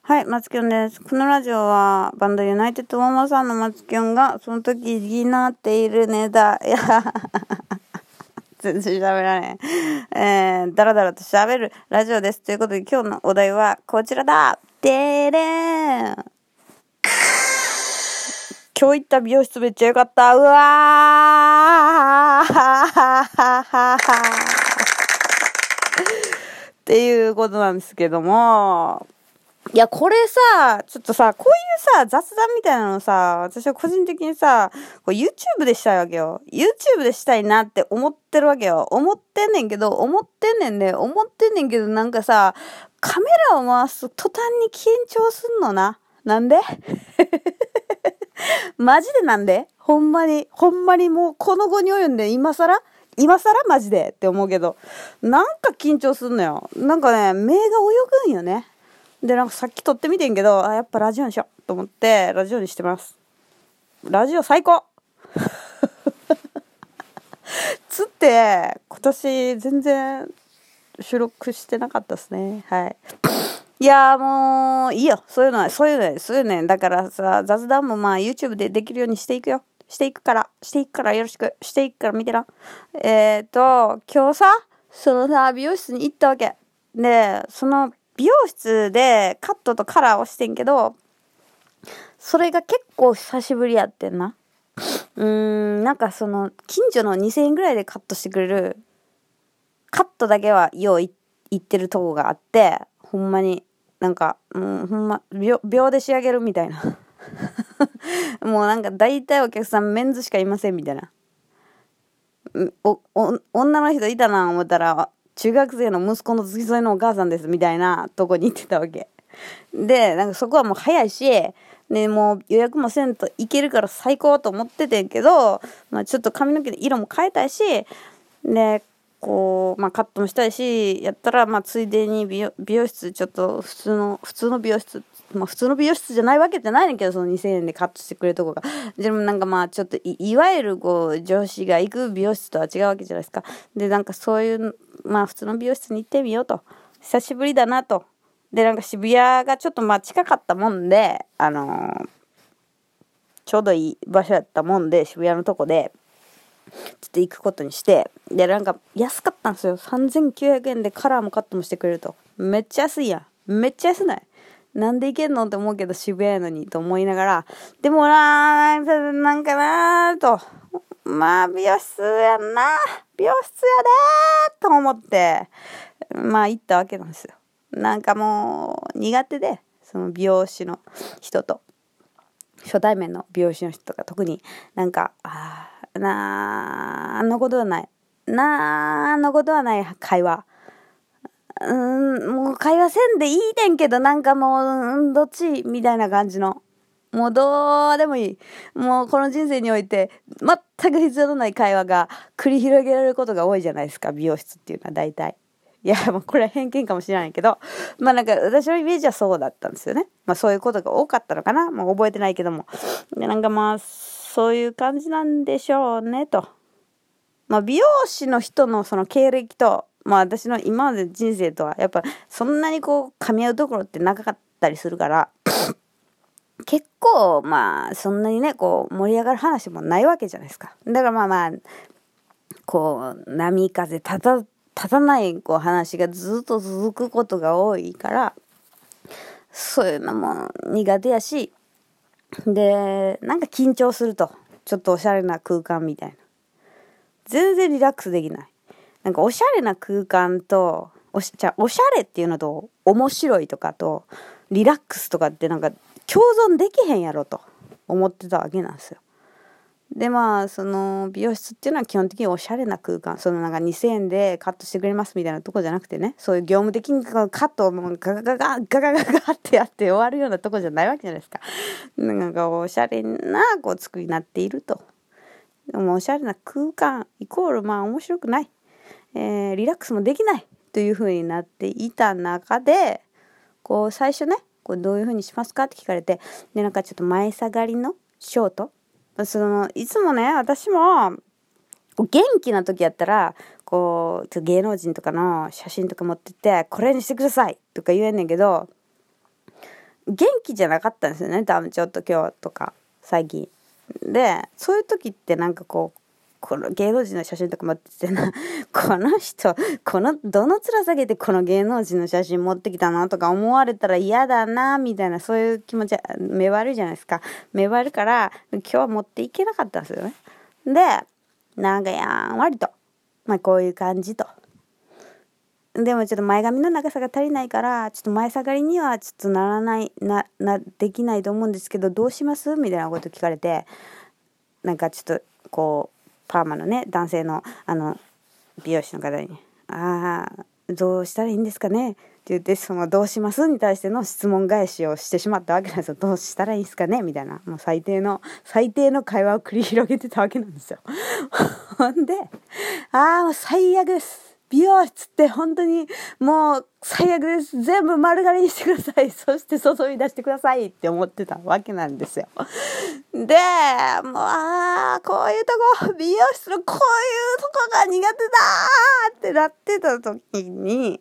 はい、松きょんです。このラジオはバンドユナイテッドママさんの松きょんがその時気になっているネタ全然喋らねえ。だらだらと喋るラジオです。ということで今日のお題はこちらだ。でれーん。今日行った美容室めっちゃよかった。うわーっていうことなんですけども、いや、これさ、ちょっとさ、こういうさ、雑談みたいなのさ、私は個人的にさ、こう YouTube でしたいわけよ。YouTube でしたいなって思ってるわけよ。思ってんねんけど、なんかさ、カメラを回すと途端に緊張すんのな。なんでマジでなんでほんまにもうこの後に及んで今更マジでって思うけど、なんか緊張すんのよ。なんかね、目が泳ぐんよね。で、なんかさっき撮ってみてんけど、やっぱラジオにしようと思ってラジオにしてます。ラジオ最高つって今年全然収録してなかったですね。はい。いやもういいよ。そういうのね。だからさ、雑談もまあ YouTube でできるようにしていくよ。していくからよろしく。していくから見てな。今日さ、そのさ、美容室に行ったわけ。で、その美容室でカットとカラーをしてんけど、それが結構久しぶりやってんな。なんかその近所の2000円ぐらいでカットしてくれるカットだけはよう行ってるとこがあって、ほんまになんかほんま秒で仕上げるみたいなもうなんか大体お客さんメンズしかいませんみたいな。女の人いたな思ったら中学生の息子の付き添いのお母さんですみたいなとこに行ってたわけで、なんかそこはもう早いし、でもう予約もせんといけるから最高と思っててんけど、まあ、ちょっと髪の毛の色も変えたいし、でこうまあカットもしたいしやったら、まあついでに美容室ちょっと普通の美容室、まあ普通の美容室じゃないわけじゃないねんけど、その2000円でカットしてくれるとこが、でもなんかまあちょっと いわゆるこう女子が行く美容室とは違うわけじゃないですか。でなんかそういうまあ普通の美容室に行ってみようと、久しぶりだなと。でなんか渋谷がちょっとまあ近かったもんで、ちょうどいい場所やったもんで、渋谷のとこでちょっと行くことにして、でなんか安かったんですよ。3900円でカラーもカットもしてくれると。めっちゃ安いやん。めっちゃ安ない？なんで行けんのって思うけど、渋谷やのにと思いながら、でもなんかなと、まあ美容室やんな、美容室やでと思ってまあ行ったわけなんですよ。なんかもう苦手で、その美容師の人と初対面の美容師の人とか特になんかなんのことはない会話、もう会話せんでいいねんけど、なんかもうどっちみたいな感じの、もうどうでもいい、もうこの人生において全く必要のない会話が繰り広げられることが多いじゃないですか、美容室っていうのは大体。いやもうこれは偏見かもしれないけど、まあなんか私のイメージはそうだったんですよね。まあそういうことが多かったのかな、もう覚えてないけども、でなんかまあそういう感じなんでしょうねと。まあ美容師の人のその経歴と、まあ私の今までの人生とはやっぱそんなにこう噛み合うところってなかったりするから結構まあそんなにねこう盛り上がる話もないわけじゃないですか。だからまあこう波風立たないこう話がずっと続くことが多いから、そういうのも苦手やし、でなんか緊張すると、ちょっとおしゃれな空間みたいな、全然リラックスできない。なんかおしゃれな空間とおしゃれっていうのと面白いとかとリラックスとかってなんか共存できへんやろと思ってたわけなんですよ。でまあその美容室っていうのは基本的におしゃれな空間、そのなんか2000円でカットしてくれますみたいなとこじゃなくてね、そういう業務的にカットをもうガってやって終わるようなとこじゃないわけじゃないですか。なんかおしゃれなこう作りになっていると。でもおしゃれな空間イコールまあ面白くない、リラックスもできないという風になっていた中で、こう最初ねこうどういう風にしますかって聞かれて、でなんかちょっと前下がりのショート、そのいつもね私も元気な時やったらこう芸能人とかの写真とか持ってってこれにしてくださいとか言えんねんけど、 元気じゃなかったんですよね、多分ちょっと今日とか最近で。そういう時ってなんかこの芸能人の写真とか持っててなこの人どの面下げてこの芸能人の写真持ってきたのとか思われたら嫌だなみたいな、そういう気持ち芽生えるじゃないですか。芽生えるから今日は持っていけなかったんですよね。でなんかやんわりとこういう感じと。でもちょっと前髪の長さが足りないからちょっと前下がりにはちょっとできないと思うんですけど、どうしますみたいなこと聞かれて、なんかちょっとこうパーマのね男性の美容師の方にどうしたらいいんですかねって言って、そのどうしますに対しての質問返しをしてしまったわけなんですよ。どうしたらいいですかねみたいな、もう最低の会話を繰り広げてたわけなんですよ。ほんでもう最悪です、美容室って本当にもう最悪です、全部丸刈りにしてください、そして注ぎ出してくださいって思ってたわけなんですよ。でもうこういうとこ、美容室のこういうとこが苦手だってなってた時に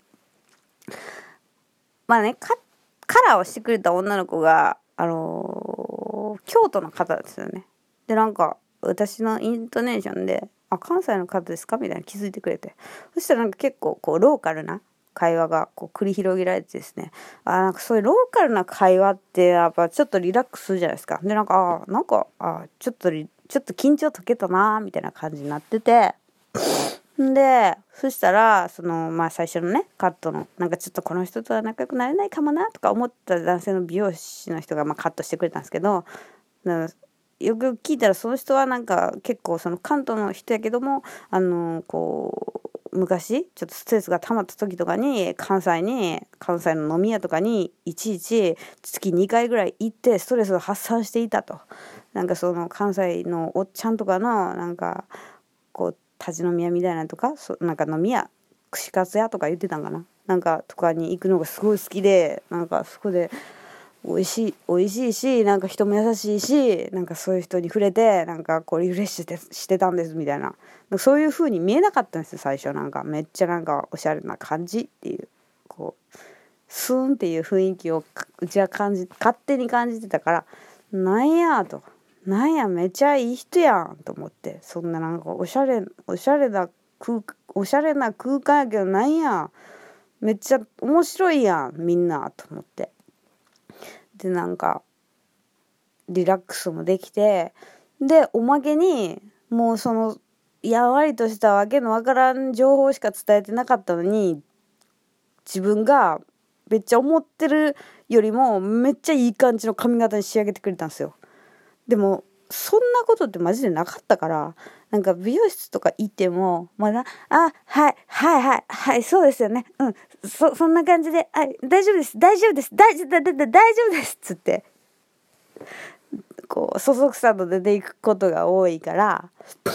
カラーをしてくれた女の子が京都の方ですよね。でなんか私のイントネーションで関西の方ですかみたいな気づいてくれて、そしたらなんか結構こうローカルな会話がこう繰り広げられてですね、なんかそういうローカルな会話ってやっぱちょっとリラックスするじゃないですか。でなんかちょっと緊張解けたなみたいな感じになってて、でそしたら最初のねカットのなんかちょっとこの人とは仲良くなれないかもなとか思った男性の美容師の人がカットしてくれたんですけど、よく聞いたらその人はなんか結構関東の人やけどもこう昔ちょっとストレスが溜まった時とかに関西の飲み屋とかにいちいち月2回ぐらい行ってストレスを発散していたと。なんか関西のおっちゃんとかのなんかこう立ち飲み屋みたいなとかなんか飲み屋串カツ屋とか言ってたんかな、なんかとかに行くのがすごい好きで、なんかそこで美味しいし、なんか人も優しいし、なんかそういう人に触れてなんかこうリフレッシュしてたんですみたいな、そういう風に見えなかったんですよ最初。なんかめっちゃなんかおしゃれな感じっていう、こうスーンっていう雰囲気をうちは勝手に感じてたから、なんやめっちゃいい人やんと思って、そんななんかおしゃれな空間やけどなんやめっちゃ面白いやんみんなと思って、でなんかリラックスもできて、でおまけにもうやわりとしたわけのわからん情報しか伝えてなかったのに、自分がめっちゃ思ってるよりもめっちゃいい感じの髪型に仕上げてくれたんですよ。でもそんなことってマジでなかったから、なんか美容室とか行ってもまだはいそうですよね、そんな感じで大丈夫ですっつってこうそそくさと出ていくことが多いから、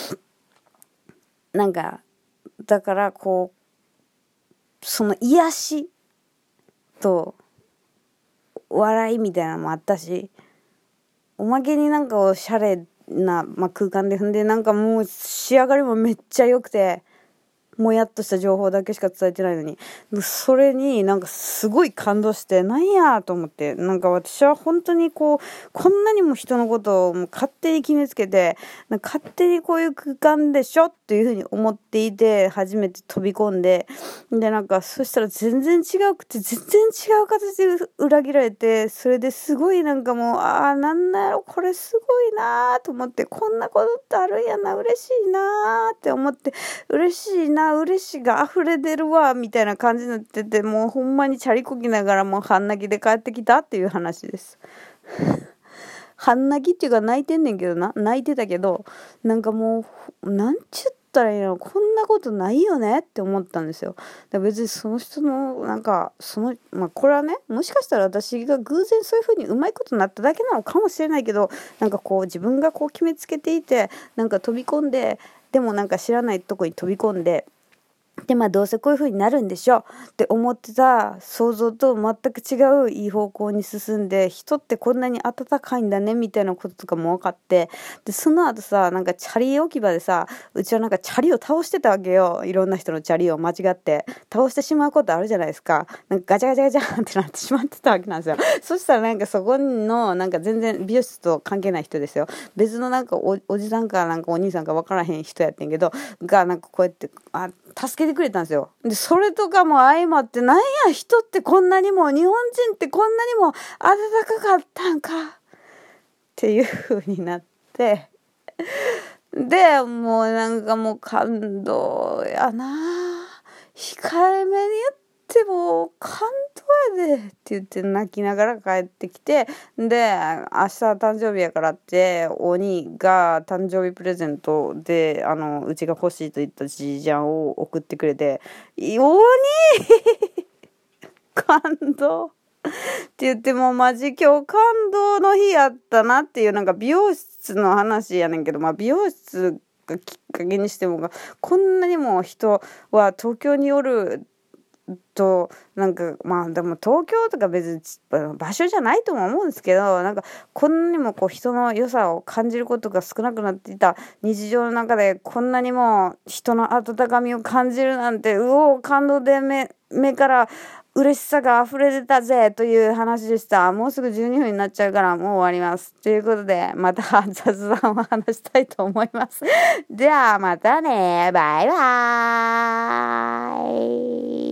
なんかだからこう癒しと笑いみたいなのもあったし、おまけになんかおしゃれな、空間で踏んで、なんかもう仕上がりもめっちゃ良くて、もやっとした情報だけしか伝えてないのに、それになんかすごい感動して、なんやと思って、なんか私は本当にこんなにも人のことをもう勝手に決めつけて、なんか勝手にこういう空間でしょっていうふうに思っていて、初めて飛び込んで、でなんかそしたら全然違う形で裏切られて、それですごいなんかもうなんだろこれすごいなと思って、こんなことってあるんやな、嬉しいなって思って、嬉しが溢れ出るわみたいな感じになってて、もうほんまにチャリこぎながらもう半泣きで帰ってきたっていう話です半泣きっていうか泣いてんねんけどな、泣いてたけど、なんかもうなんちゅったらいいの、こんなことないよねって思ったんですよ。だ別にその人のなんかこれはね、もしかしたら私が偶然そういう風にうまいことなっただけなのかもしれないけど、なんかこう自分がこう決めつけていて、なんか飛び込んで、でもなんか知らないとこに飛び込んで、 でどうせこういう風になるんでしょうって思ってた想像と全く違ういい方向に進んで、人ってこんなに温かいんだねみたいなこととかも分かって、でその後さ、なんかチャリ置き場でさ、うちはなんかチャリを倒してたわけよ。いろんな人のチャリを間違って倒してしまうことあるじゃないですか。なんかガチャガチャガチャってなってしまってたわけなんですよ。そしたらなんかそこのなんか全然美容室と関係ない人ですよ。別のなんか おじさんかなんかお兄さんか分からへん人やってんけどが、なんかこうやって助けてくれたんですよ。でそれとかも相まって、なんや人ってこんなにも、日本人ってこんなにも温かかったんかっていう風になって、でもうなんかもう感動やな、控えめに言っても感動やでって言って泣きながら帰ってきて、で明日誕生日やからって鬼が誕生日プレゼントでうちが欲しいと言ったジージャンを送ってくれて、鬼感動って言ってもマジ今日感動の日やったなっていう、なんか美容室の話やねんけど、美容室がきっかけにしてもこんなにも人は東京におると、なんかでも東京とか別に場所じゃないとも思うんですけど、なんかこんなにもこう人の良さを感じることが少なくなっていた日常の中で、こんなにも人の温かみを感じるなんて、感動で目から嬉しさが溢れてたぜという話でした。もうすぐ12分になっちゃうからもう終わります。ということでまた雑談を話したいと思います。ではまたね、バイバーイ。